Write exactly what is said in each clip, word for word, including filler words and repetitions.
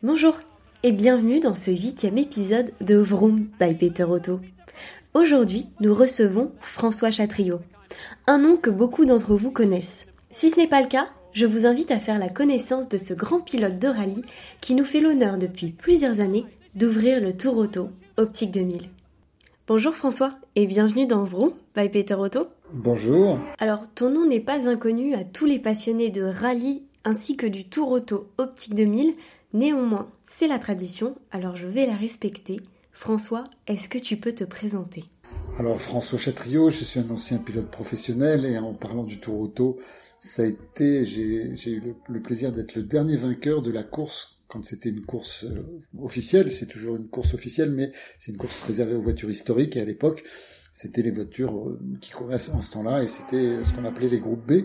Bonjour et bienvenue dans ce huitième épisode de Vroom by Peter Otto. Aujourd'hui, nous recevons François Chatriot, un nom que beaucoup d'entre vous connaissent. Si ce n'est pas le cas, je vous invite à faire la connaissance de ce grand pilote de rallye qui nous fait l'honneur depuis plusieurs années d'ouvrir le Tour Auto Optique deux mille. Bonjour François et bienvenue dans Vroom by Peter Otto. Bonjour. Alors, ton nom n'est pas inconnu à tous les passionnés de rallye ainsi que du Tour Auto Optique deux mille. Néanmoins, c'est la tradition, alors je vais la respecter. François, est-ce que tu peux te présenter ? Alors François Chatriot, je suis un ancien pilote professionnel et en parlant du Tour Auto, ça a été, j'ai, j'ai eu le, le plaisir d'être le dernier vainqueur de la course quand c'était une course euh, officielle. C'est toujours une course officielle, mais c'est une course réservée aux voitures historiques et à l'époque, c'était les voitures euh, qui couraient en ce temps-là et c'était ce qu'on appelait les groupes B.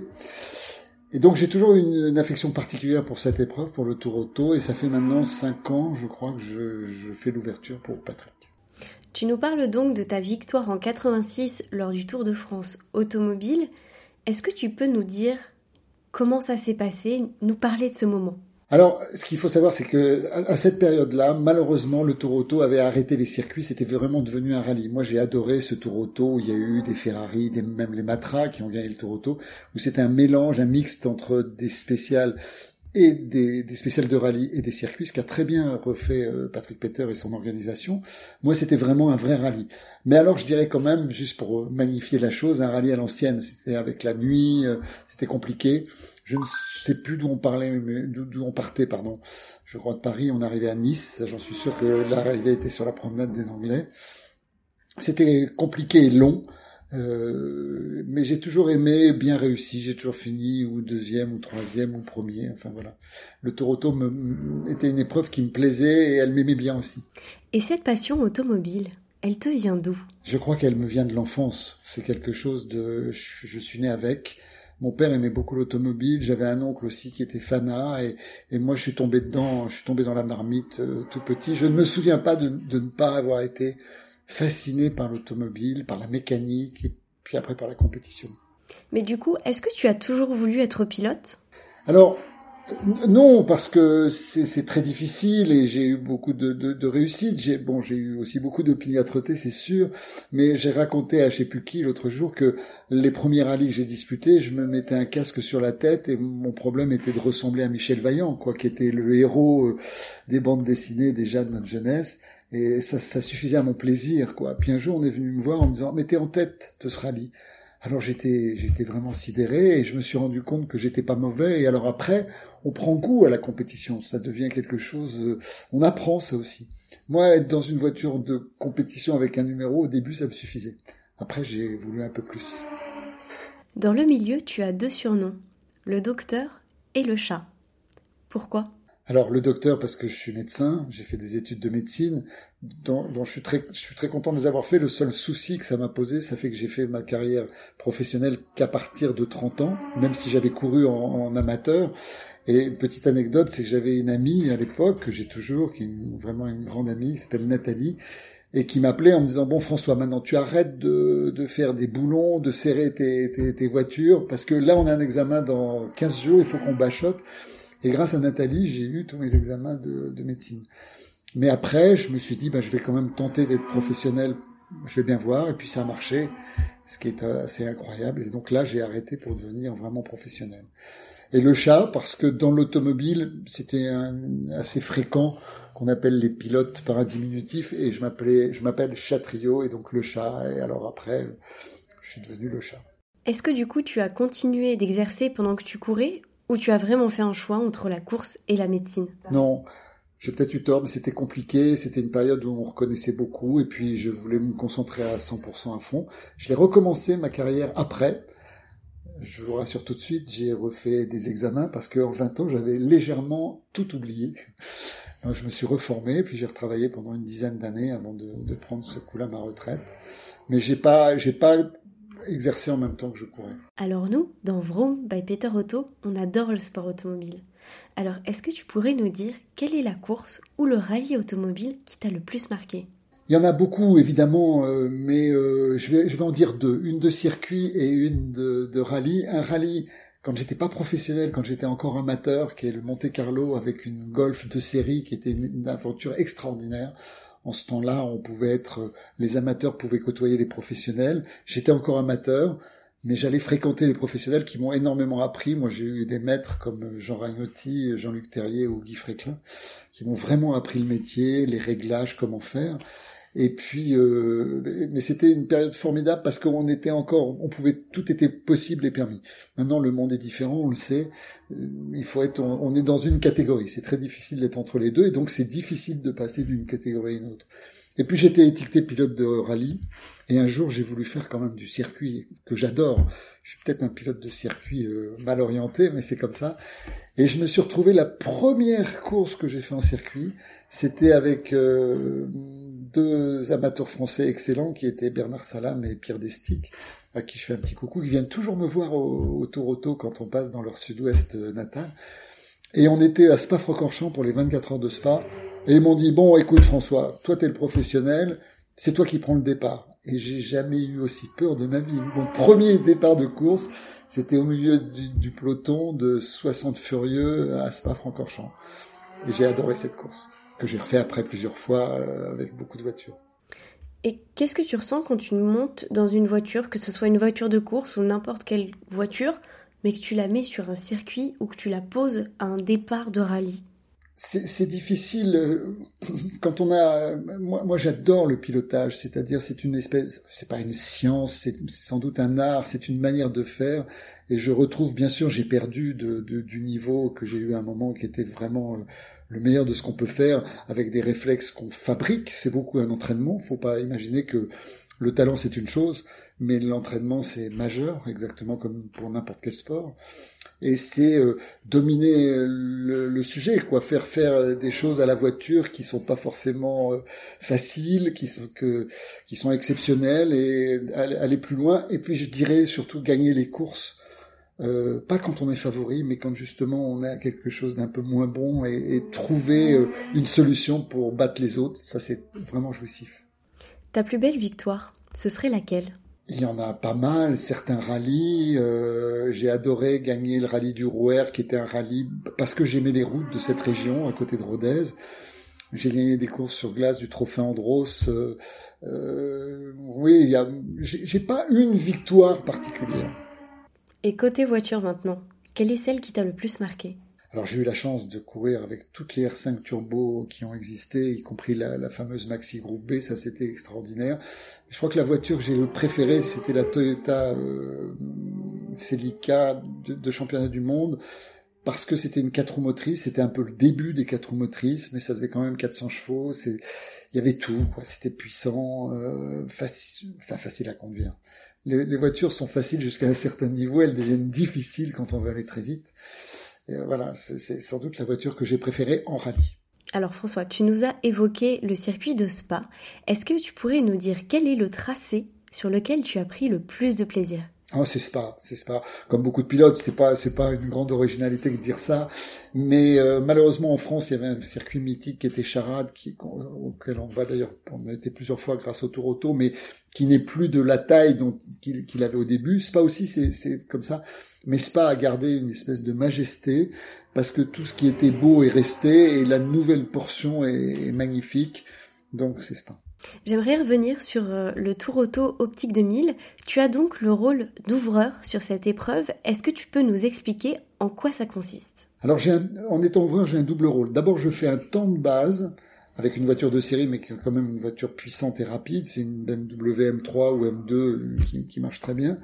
Et donc j'ai toujours eu une, une affection particulière pour cette épreuve, pour le Tour Auto, et ça fait maintenant cinq ans, je crois, que je, je fais l'ouverture pour Patrick. Tu nous parles donc de ta victoire en quatre-vingt-six lors du Tour de France automobile. Est-ce que tu peux nous dire comment ça s'est passé, nous parler de ce moment ? Alors, ce qu'il faut savoir, c'est que à cette période-là, malheureusement, le Tour Auto avait arrêté les circuits. C'était vraiment devenu un rallye. Moi, j'ai adoré ce Tour Auto où il y a eu des Ferrari, des, même les Matra qui ont gagné le Tour Auto, où c'était un mélange, un mixte entre des spéciales et des, des spéciales de rallye et des circuits, ce qu'a très bien refait euh, Patrick Peter et son organisation. Moi, c'était vraiment un vrai rallye. Mais alors, je dirais quand même, juste pour magnifier la chose, un rallye à l'ancienne. C'était avec la nuit, euh, c'était compliqué. Je ne sais plus d'où on parlait, mais d'où, d'où on partait, pardon. Je crois de Paris, on arrivait à Nice. J'en suis sûr que l'arrivée était sur la promenade des Anglais. C'était compliqué et long, euh, mais j'ai toujours aimé, bien réussi. J'ai toujours fini ou deuxième, ou troisième, ou premier. Enfin voilà. Le Tour Auto me, était une épreuve qui me plaisait et elle m'aimait bien aussi. Et cette passion automobile, elle te vient d'où ? Je crois qu'elle me vient de l'enfance. C'est quelque chose de... Je, je suis né avec... Mon père aimait beaucoup l'automobile, j'avais un oncle aussi qui était fanat, et, et moi je suis tombé dedans, je suis tombé dans la marmite euh, tout petit. Je ne me souviens pas de, de ne pas avoir été fasciné par l'automobile, par la mécanique, et puis après par la compétition. Mais du coup, est-ce que tu as toujours voulu être pilote ? Alors, non, parce que c'est, c'est très difficile et j'ai eu beaucoup de, de, de réussites. J'ai, bon, j'ai eu aussi beaucoup d'opiniâtreté, c'est sûr, mais j'ai raconté à je sais plus qui l'autre jour que les premiers rallyes que j'ai disputés, je me mettais un casque sur la tête et mon problème était de ressembler à Michel Vaillant, quoi, qui était le héros des bandes dessinées déjà de notre jeunesse. Et ça, ça suffisait à mon plaisir, quoi. Puis un jour, on est venu me voir en me disant, mais t'es en tête de ce rallye. Alors j'étais, j'étais vraiment sidéré et je me suis rendu compte que j'étais pas mauvais. Et alors après, on prend goût à la compétition. Ça devient quelque chose, euh, on apprend ça aussi. Moi, être dans une voiture de compétition avec un numéro, au début, ça me suffisait. Après, j'ai voulu un peu plus. Dans le milieu, tu as deux surnoms, le docteur et le chat. Pourquoi ? Alors le docteur parce que je suis médecin, j'ai fait des études de médecine, dont, dont je suis très, je suis très content de les avoir fait. Le seul souci que ça m'a posé, ça fait que j'ai fait ma carrière professionnelle qu'à partir de trente ans, même si j'avais couru en, en amateur. Et une petite anecdote, c'est que j'avais une amie à l'époque, que j'ai toujours, qui est une, vraiment une grande amie, qui s'appelle Nathalie, et qui m'appelait en me disant « Bon François, maintenant tu arrêtes de, de faire des boulons, de serrer tes, tes, tes voitures, parce que là on a un examen dans quinze jours, il faut qu'on bachote. » Et grâce à Nathalie, j'ai eu tous mes examens de, de médecine. Mais après, je me suis dit, bah, je vais quand même tenter d'être professionnel. Je vais bien voir. Et puis ça a marché, ce qui est assez incroyable. Et donc là, j'ai arrêté pour devenir vraiment professionnel. Et le chat, parce que dans l'automobile, c'était un, assez fréquent qu'on appelle les pilotes par un diminutif. Et je m'appelais, je m'appelle Chatriot, et donc le chat. Et alors après, je suis devenu le chat. Est-ce que du coup, tu as continué d'exercer pendant que tu courais ? Ou tu as vraiment fait un choix entre la course et la médecine ? Non, j'ai peut-être eu tort, mais c'était compliqué. C'était une période où on reconnaissait beaucoup, et puis je voulais me concentrer à cent pour cent à fond. Je l'ai recommencé ma carrière après. Je vous rassure tout de suite, j'ai refait des examens parce qu'en vingt ans, j'avais légèrement tout oublié. Donc je me suis reformé, puis j'ai retravaillé pendant une dizaine d'années avant de, de prendre ce coup-là ma retraite. Mais j'ai pas, j'ai pas exercer en même temps que je courais. Alors nous, dans Vroom by Peter Otto, on adore le sport automobile. Alors, est-ce que tu pourrais nous dire quelle est la course ou le rallye automobile qui t'a le plus marqué ? Il y en a beaucoup, évidemment, euh, mais euh, je vais, je vais en dire deux. Une de circuit et une de, de rallye. Un rallye quand j'étais pas professionnel, quand j'étais encore amateur, qui est le Monte Carlo avec une Golf de série qui était une, une aventure extraordinaire. En ce temps-là, on pouvait être, les amateurs pouvaient côtoyer les professionnels. J'étais encore amateur, mais j'allais fréquenter les professionnels qui m'ont énormément appris. Moi, j'ai eu des maîtres comme Jean Ragnotti, Jean-Luc Terrier ou Guy Fréquelin, qui m'ont vraiment appris le métier, les réglages, comment faire. Et puis, euh, mais c'était une période formidable parce qu'on était encore, on pouvait, tout était possible et permis. Maintenant, le monde est différent, on le sait. Il faut être, on, on est dans une catégorie. C'est très difficile d'être entre les deux, et donc c'est difficile de passer d'une catégorie à une autre. Et puis j'étais étiqueté pilote de rallye, et un jour j'ai voulu faire quand même du circuit que j'adore. Je suis peut-être un pilote de circuit euh, mal orienté, mais c'est comme ça. Et je me suis retrouvé, la première course que j'ai fait en circuit, c'était avec euh, deux amateurs français excellents qui étaient Bernard Salam et Pierre Destic, à qui je fais un petit coucou, qui viennent toujours me voir au, au Tour Auto quand on passe dans leur sud-ouest natal. Et on était à Spa-Francorchamps pour les vingt-quatre heures de Spa, et ils m'ont dit, bon, écoute François, toi t'es le professionnel, c'est toi qui prends le départ. Et j'ai jamais eu aussi peur de ma vie. Mon premier départ de course, c'était au milieu du, du peloton de soixante furieux à Spa-Francorchamps. Et j'ai adoré cette course, que j'ai refait après plusieurs fois euh, avec beaucoup de voitures. Et qu'est-ce que tu ressens quand tu montes dans une voiture, que ce soit une voiture de course ou n'importe quelle voiture, mais que tu la mets sur un circuit ou que tu la poses à un départ de rallye? C'est, c'est difficile quand on a. Moi, moi, j'adore le pilotage, c'est-à-dire c'est une espèce, c'est pas une science, c'est, c'est sans doute un art, c'est une manière de faire. Et je retrouve, bien sûr, j'ai perdu de, de, du niveau que j'ai eu à un moment qui était vraiment le meilleur de ce qu'on peut faire avec des réflexes qu'on fabrique. C'est beaucoup un entraînement. Faut pas imaginer que le talent c'est une chose, mais l'entraînement c'est majeur, exactement comme pour n'importe quel sport. Et c'est euh, dominer le, le sujet, quoi, faire faire des choses à la voiture qui sont pas forcément euh, faciles, qui sont que qui sont exceptionnelles, et aller, aller plus loin. Et puis je dirais surtout gagner les courses, euh, pas quand on est favori, mais quand justement on a quelque chose d'un peu moins bon, et, et trouver euh, une solution pour battre les autres. Ça c'est vraiment jouissif. Ta plus belle victoire, ce serait laquelle ? Il y en a pas mal, certains rallyes. Euh, j'ai adoré gagner le rallye du Rouer, qui était un rallye parce que j'aimais les routes de cette région, à côté de Rodez. J'ai gagné des courses sur glace du Trophée Andros. Euh, euh, oui, il y a, j'ai, j'ai pas une victoire particulière. Et côté voiture maintenant, quelle est celle qui t'a le plus marqué ? Alors j'ai eu la chance de courir avec toutes les R cinq Turbo qui ont existé, y compris la, la fameuse Maxi Groupe B, ça c'était extraordinaire. Je crois que la voiture que j'ai préférée, c'était la Toyota euh, Celica de, de championnat du monde, parce que c'était une quatre roues motrices, c'était un peu le début des quatre roues motrices, mais ça faisait quand même quatre cents chevaux, c'est, il y avait tout, quoi. C'était puissant, euh, facile, enfin facile à conduire. Les, les voitures sont faciles jusqu'à un certain niveau, elles deviennent difficiles quand on veut aller très vite. Et voilà, c'est, c'est sans doute la voiture que j'ai préférée en rallye. Alors François, tu nous as évoqué le circuit de Spa. Est-ce que tu pourrais nous dire quel est le tracé sur lequel tu as pris le plus de plaisir ? Oh, c'est Spa, c'est Spa. Comme beaucoup de pilotes, c'est pas, c'est pas une grande originalité de dire ça. Mais euh, malheureusement, en France, il y avait un circuit mythique qui était Charade, qui, auquel on va d'ailleurs, on a été plusieurs fois grâce au Tour Auto, mais qui n'est plus de la taille dont qu'il, qu'il avait au début. Spa aussi, c'est, c'est comme ça. Mais Spa a gardé une espèce de majesté, parce que tout ce qui était beau est resté, et la nouvelle portion est, est magnifique. Donc c'est Spa. J'aimerais revenir sur euh, le Tour Auto Optique deux mille. Tu as donc le rôle d'ouvreur sur cette épreuve. Est-ce que tu peux nous expliquer en quoi ça consiste ? Alors, j'ai un, en étant ouvreur, j'ai un double rôle. D'abord, je fais un temps de base avec une voiture de série, mais qui est quand même une voiture puissante et rapide. C'est une B M W M trois ou M deux qui, qui marche très bien.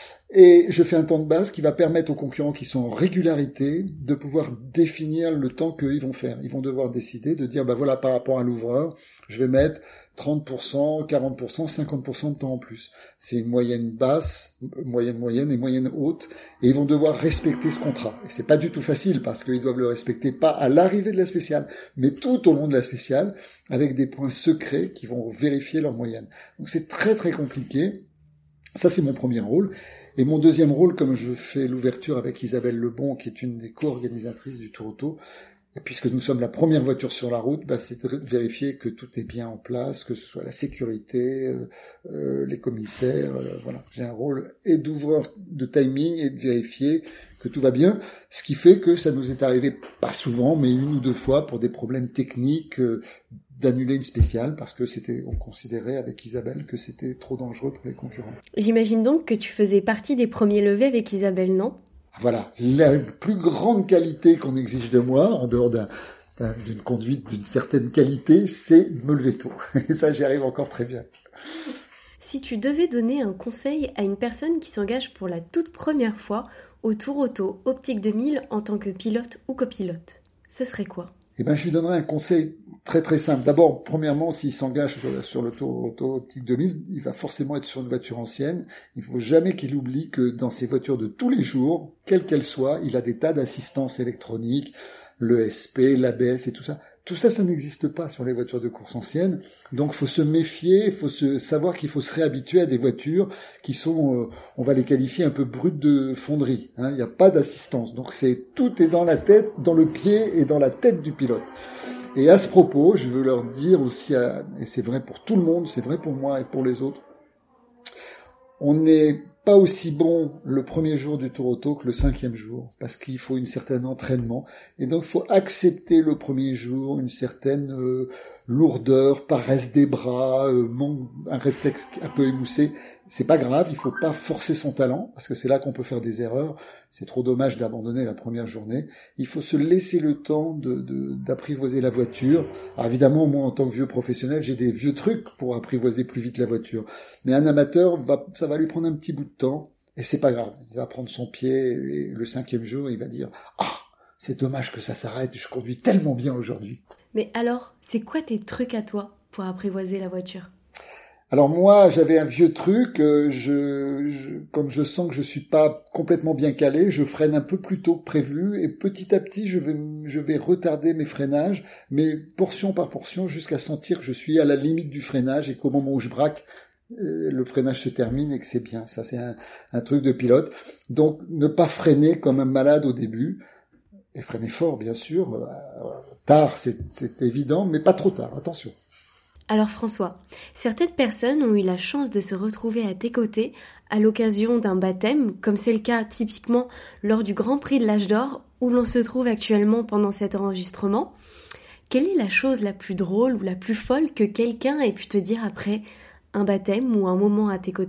Et je fais un temps de base qui va permettre aux concurrents qui sont en régularité de pouvoir définir le temps qu'ils vont faire. Ils vont devoir décider de dire, bah voilà, par rapport à l'ouvreur, je vais mettre trente pour cent, quarante pour cent, cinquante pour cent de temps en plus. C'est une moyenne basse, moyenne moyenne et moyenne haute, et ils vont devoir respecter ce contrat. Et c'est pas du tout facile, parce qu'ils doivent le respecter pas à l'arrivée de la spéciale, mais tout au long de la spéciale, avec des points secrets qui vont vérifier leur moyenne. Donc c'est très très compliqué. Ça, c'est mon premier rôle. Et mon deuxième rôle, comme je fais l'ouverture avec Isabelle Lebon, qui est une des co-organisatrices du Tour Auto, et puisque nous sommes la première voiture sur la route, bah, c'est de vérifier que tout est bien en place, que ce soit la sécurité, euh, euh, les commissaires, euh, voilà. J'ai un rôle et d'ouvreur de timing et de vérifier que que tout va bien, ce qui fait que ça nous est arrivé pas souvent, mais une ou deux fois pour des problèmes techniques, euh, d'annuler une spéciale parce que c'était, on considérait avec Isabelle que c'était trop dangereux pour les concurrents. J'imagine donc que tu faisais partie des premiers levés avec Isabelle, non ? Voilà, la plus grande qualité qu'on exige de moi, en dehors d'un, d'un, d'une conduite d'une certaine qualité, c'est me lever tôt. Et ça, j'y arrive encore très bien. Si tu devais donner un conseil à une personne qui s'engage pour la toute première fois au Tour Auto Optique deux mille en tant que pilote ou copilote, ce serait quoi ? Eh ben, je lui donnerais un conseil très très simple. D'abord, premièrement, s'il s'engage sur, sur le Tour Auto Optique deux mille, il va forcément être sur une voiture ancienne. Il faut jamais qu'il oublie que dans ses voitures de tous les jours, quelles qu'elles soient, il a des tas d'assistances électroniques, l'E S P, l'A B S et tout ça. Tout ça, ça n'existe pas sur les voitures de course anciennes. Donc, faut se méfier, faut se savoir qu'il faut se réhabituer à des voitures qui sont, euh, on va les qualifier un peu brutes de fonderie. Hein. Il n'y a pas d'assistance. Donc, c'est tout est dans la tête, dans le pied et dans la tête du pilote. Et à ce propos, je veux leur dire aussi, à, et c'est vrai pour tout le monde, c'est vrai pour moi et pour les autres, on n'est pas aussi bon le premier jour du Tour Auto que le cinquième jour, parce qu'il faut une certaine entraînement, et donc il faut accepter le premier jour une certaine euh, lourdeur, paresse des bras, euh, manque, un réflexe un peu émoussé. C'est pas grave, il faut pas forcer son talent, parce que c'est là qu'on peut faire des erreurs. C'est trop dommage d'abandonner la première journée. Il faut se laisser le temps de, de, d'apprivoiser la voiture. Alors évidemment, moi, en tant que vieux professionnel, j'ai des vieux trucs pour apprivoiser plus vite la voiture. Mais un amateur, va, ça va lui prendre un petit bout de temps, et c'est pas grave. Il va prendre son pied, et le cinquième jour, il va dire « Ah, c'est dommage que ça s'arrête, je conduis tellement bien aujourd'hui. » Mais alors, c'est quoi tes trucs à toi pour apprivoiser la voiture ? Alors moi, j'avais un vieux truc, euh, je, je, comme je sens que je suis pas complètement bien calé, je freine un peu plus tôt que prévu et petit à petit, je vais, je vais retarder mes freinages, mais portion par portion, jusqu'à sentir que je suis à la limite du freinage et qu'au moment où je braque, euh, le freinage se termine et que c'est bien. Ça, c'est un, un truc de pilote. Donc, ne pas freiner comme un malade au début, et freiner fort, bien sûr. Euh, tard, c'est, c'est évident, mais pas trop tard, attention. Alors François, certaines personnes ont eu la chance de se retrouver à tes côtés à l'occasion d'un baptême, comme c'est le cas typiquement lors du Grand Prix de l'Âge d'Or où l'on se trouve actuellement pendant cet enregistrement. Quelle est la chose la plus drôle ou la plus folle que quelqu'un ait pu te dire après un baptême ou un moment à tes côtés ?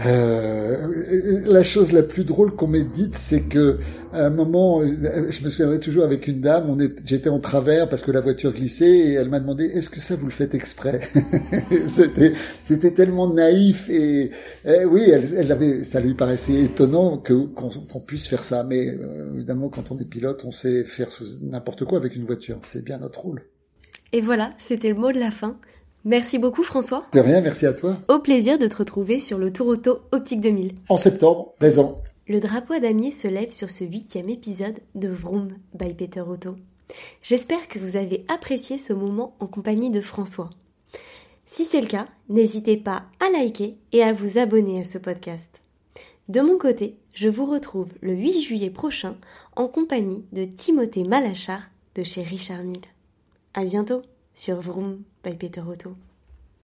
Euh, la chose la plus drôle qu'on m'ait dite, c'est que à un moment, je me souviendrai toujours avec une dame, on est, j'étais en travers parce que la voiture glissait et elle m'a demandé est-ce que ça vous le faites exprès? c'était, c'était tellement naïf et, et oui, elle, elle avait, ça lui paraissait étonnant que qu'on, qu'on puisse faire ça, mais euh, évidemment quand on est pilote, on sait faire n'importe quoi avec une voiture, c'est bien notre rôle. Et voilà, c'était le mot de la fin. Merci beaucoup François. De rien, merci à toi. Au plaisir de te retrouver sur le Tour Auto Optique deux mille. En septembre, dix ans. Le drapeau à damier se lève sur ce huitième épisode de Vroom by Peter Auto. J'espère que vous avez apprécié ce moment en compagnie de François. Si c'est le cas, n'hésitez pas à liker et à vous abonner à ce podcast. De mon côté, je vous retrouve le huit juillet prochain en compagnie de Timothée Malachar de chez Richard Mille. À bientôt sur Vroom by Peter Auto.